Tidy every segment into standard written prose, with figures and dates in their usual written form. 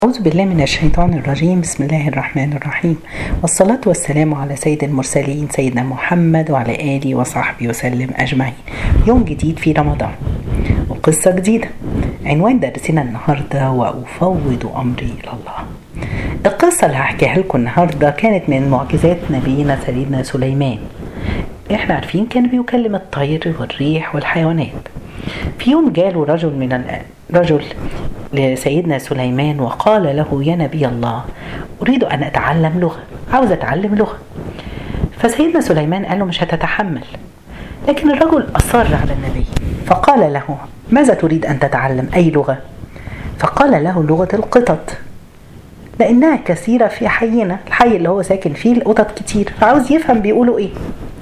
أعوذ بالله من الشيطان الرجيم. بسم الله الرحمن الرحيم، والصلاة والسلام على سيد المرسلين سيدنا محمد وعلى آله وصحبه وسلم أجمعين. يوم جديد في رمضان وقصة جديدة. عنوان درسنا النهاردة وأفوض أمري إلى الله. القصة اللي هحكيها لكم النهاردة كانت من معجزات نبينا سيدنا سليمان. احنا عارفين كان بيكلم الطير والريح والحيوانات. في يوم جاله رجل لسيدنا سليمان وقال له: يا نبي الله، أريد أن أتعلم لغة، عاوز أتعلم لغة. فسيدنا سليمان قال له: مش هتتحمل. لكن الرجل أصر على النبي فقال له: ماذا تريد أن تتعلم؟ أي لغة؟ فقال له: لغة القطط، لأنها كثيرة في حينا، الحي اللي هو ساكن فيه القطط كتير، فعاوز يفهم بيقولوا إيه.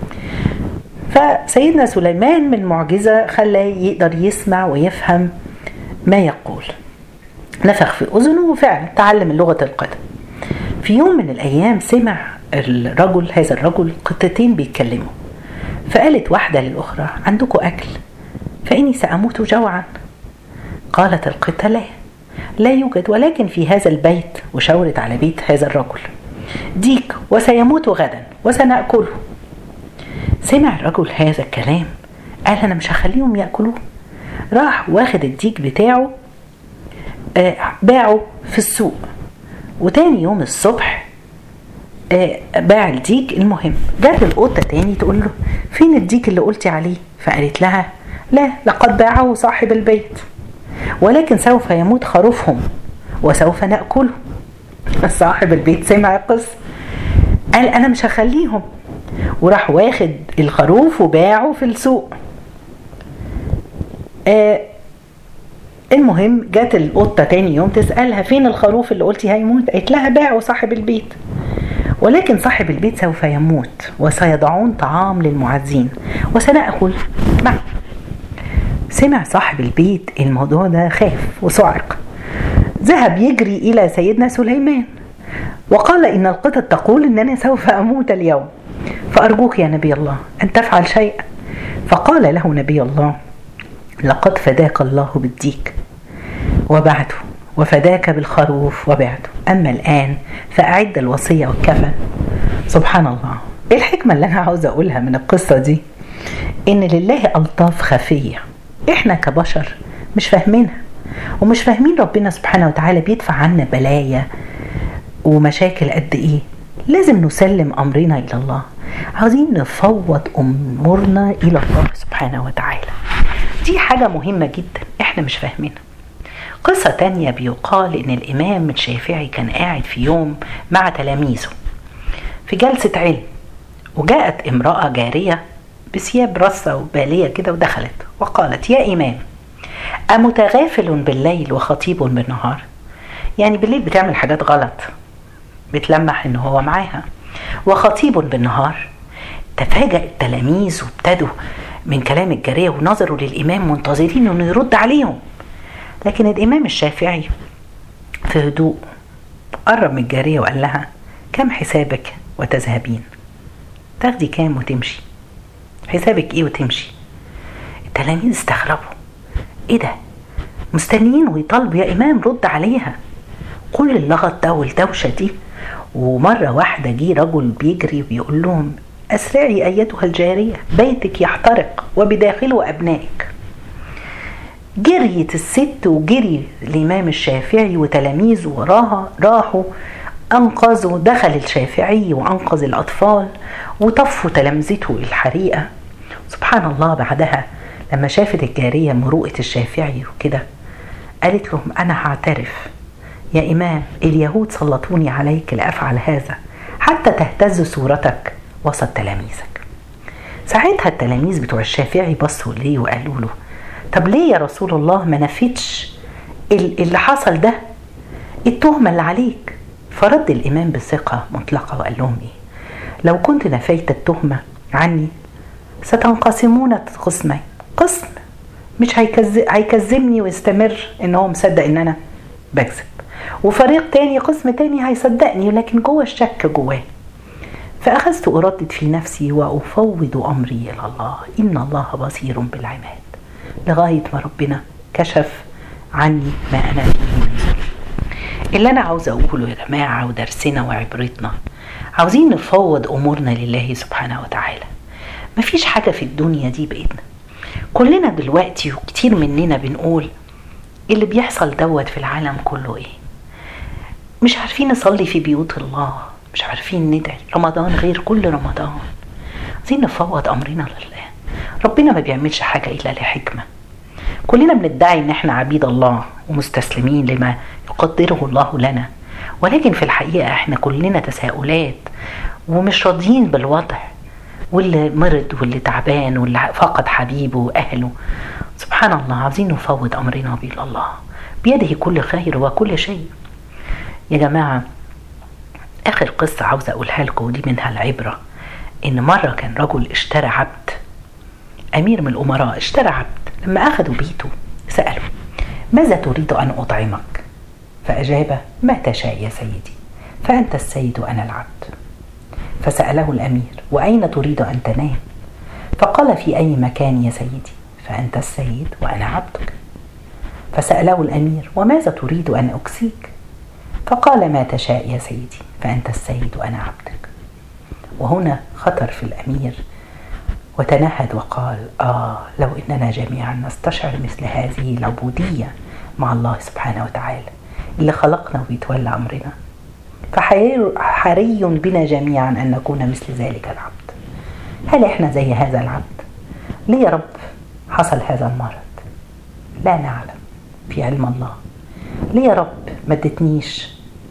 فسيدنا سليمان من معجزة خلاه يقدر يسمع ويفهم ما يقول. نفخ في أذنه وفعلا تعلم لغة القطط. في يوم من الأيام سمع هذا الرجل قطتين بيتكلموا، فقالت واحدة للأخرى: عندكم أكل؟ فإني سأموت جوعا. قالت القطة: لا يوجد، ولكن في هذا البيت، وشاورت على بيت هذا الرجل، ديك وسيموت غدا وسنأكله. سمع الرجل هذا الكلام قال: أنا مش هخليهم يأكلوه. راح واخد الديك بتاعه باعه في السوق، وتاني يوم الصبح باع الديك. المهم جات القطة تاني تقول له: فين الديك اللي قلتي عليه؟ فقالت لها: لا، لقد باعه صاحب البيت، ولكن سوف يموت خروفهم وسوف نأكله. صاحب البيت سمع القصة قال: أنا مش هخليهم، وراح واخد الخروف وباعه في السوق. المهم جات القطة تاني يوم تسألها: فين الخروف اللي قلتي هيموت؟ قالت لها: باعه صاحب البيت، ولكن صاحب البيت سوف يموت وسيضعون طعام للمعزين وسنأكل معه. سمع صاحب البيت الموضوع ده، خاف وصعق، ذهب يجري إلى سيدنا سليمان وقال: إن القطط تقول إنني سوف أموت اليوم، فأرجوك يا نبي الله أن تفعل شيئا. فقال له نبي الله: لقد فداك الله بالديك وبعته، وفداك بالخروف وبعته، أما الآن فأعد الوصية والكفن. سبحان الله. الحكمة اللي أنا عاوز أقولها من القصة دي إن لله ألطاف خفية إحنا كبشر مش فاهمينها، ومش فاهمين ربنا سبحانه وتعالى بيدفع عنا بلايا ومشاكل قد إيه. لازم نسلم أمرنا إلى الله، عاوزين نفوض أمورنا إلى الله سبحانه وتعالى. دي حاجة مهمة جدا احنا مش فاهمينها. قصة تانية بيقال ان الامام الشافعي كان قاعد في يوم مع تلاميذه في جلسة علم، وجاءت امرأة جارية بثياب رصة وبالية كده ودخلت وقالت: يا امام، أمتغافل بالليل وخطيب بالنهار؟ يعني بالليل بتعمل حاجات غلط، بتلمح ان هو معاها، وخطيب بالنهار. تفاجأ التلاميذ وابتدوا من كلام الجارية ونظروا للإمام منتظرين أنه يرد عليهم. لكن الإمام الشافعي في هدوء قرب من الجارية وقال لها: كم حسابك وتذهبين؟ تاخدي كام وتمشي؟ حسابك إيه وتمشي؟ التلاميذ استغربوا: إيه ده؟ مستنيين ويطالبوا: يا إمام رد عليها. كل اللغط ده والدوشة دي، ومرة واحدة جه رجل بيجري وبيقول لهم: أسرعي أيتها الجارية، بيتك يحترق وبداخله أبنائك. جريت الست وجري الإمام الشافعي وتلاميذه وراها، راحوا أنقذوا، دخل الشافعي وأنقذ الأطفال وطفوا تلامذته الحريقة. سبحان الله. بعدها لما شافت الجارية مروءة الشافعي وكده قالت لهم: أنا هعترف يا إمام، اليهود سلطوني عليك لأفعل هذا حتى تهتز صورتك وسط تلاميذك. ساعتها التلاميذ بتوع الشافعي بصوا ليه وقالوا له: طب ليه يا رسول الله ما نفيتش اللي حصل ده، التهمة اللي عليك؟ فرد الإمام بثقة مطلقة وقال لهم: إيه؟ لو كنت نفيت التهمة عني ستنقسمون قسمين، قسم مش هيكذبني ويستمر إن هو مصدق إن أنا بكذب، وفريق تاني، قسم تاني هيصدقني لكن جوه الشك جواه. فأخذت أردد في نفسي وأفوض أمري إلى الله، إن الله بصير بالعباد، لغاية ما ربنا كشف عني ما أنا فيه من ظلم. اللي أنا عاوزة أقوله يا جماعة ودرسنا وعبرتنا، عاوزين نفوض أمورنا لله سبحانه وتعالى. مفيش حاجة في الدنيا دي بإيدنا. كلنا دلوقتي وكتير مننا بنقول اللي بيحصل دوت في العالم كله إيه؟ مش عارفين نصلي في بيوت الله، مش عارفين ندعي، رمضان غير كل رمضان. عايزين نفوض أمرنا لله. ربنا ما بيعملش حاجة إلا لحكمة. كلنا بندعي إن إحنا عبيد الله ومستسلمين لما يقدره الله لنا، ولكن في الحقيقة إحنا كلنا تساؤلات ومش راضيين بالوضع، واللي مرض واللي تعبان واللي فقد حبيبه وأهله. سبحان الله. عايزين نفوض أمرنا بإلى الله، بيده كل خير وكل شيء. يا جماعة، آخر قصة عاوزة أقولها لكم ودي منها العبرة، إن مرة كان رجل اشترى عبد، أمير من الأمراء اشترى عبد. لما أخذوا بيته سأله: ماذا تريد أن أطعمك؟ فأجاب: ما تشاء يا سيدي، فأنت السيد وأنا العبد. فسأله الأمير: وأين تريد أن تنام؟ فقال: في أي مكان يا سيدي، فأنت السيد وأنا عبدك. فسأله الأمير: وماذا تريد أن أكسيك؟ فقال: ما تشاء يا سيدي، فأنت السيد وأنا عبدك. وهنا خطر في الأمير وتنهد وقال: لو إننا جميعا نستشعر مثل هذه العبودية مع الله سبحانه وتعالى اللي خلقنا ويتولى أمرنا، فحري بنا جميعا أن نكون مثل ذلك العبد. هل إحنا زي هذا العبد؟ ليه يا رب حصل هذا المرض؟ لا نعلم، في علم الله. ليه يا رب ما ادتنيش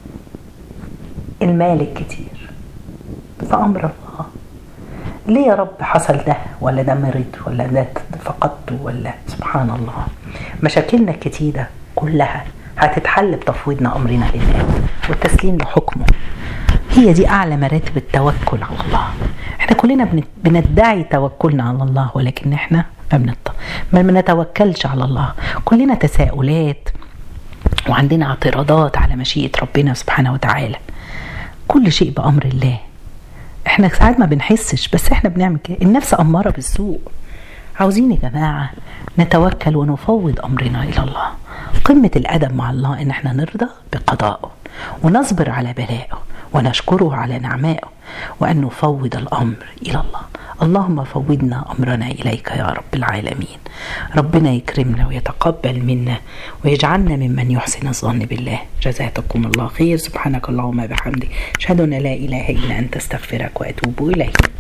المال الكتير؟ في أمر الله. ليه يا رب حصل ده ولا ده مرض ولا ده فقدته ولا؟ سبحان الله. مشاكلنا الكتيرة كلها هتتحل بتفويضنا أمرنا لله والتسليم لحكمه. هي دي أعلى مراتب التوكل على الله. احنا كلنا بندعي توكلنا على الله، ولكن احنا ما بنتوكلش على الله. كلنا تساؤلات وعندنا اعتراضات على مشيئة ربنا سبحانه وتعالى. كل شيء بأمر الله. احنا ساعات ما بنحسش، بس احنا بنعمل كده. النفس أمارة بالسوء. عاوزين يا جماعة نتوكل ونفوض أمرنا إلى الله. قمة الأدب مع الله إن احنا نرضى بقضائه ونصبر على بلائه ونشكره على نعمائه، وأن نفوض الأمر إلى الله. اللهم فوضنا أمرنا إليك يا رب العالمين. ربنا يكرمنا ويتقبل منا ويجعلنا ممن يحسن الظن بالله. جزاكم الله خير. سبحانك اللهم وبحمدك، أشهد أن لا إله إلا أنت، استغفرك وأتوب إليك.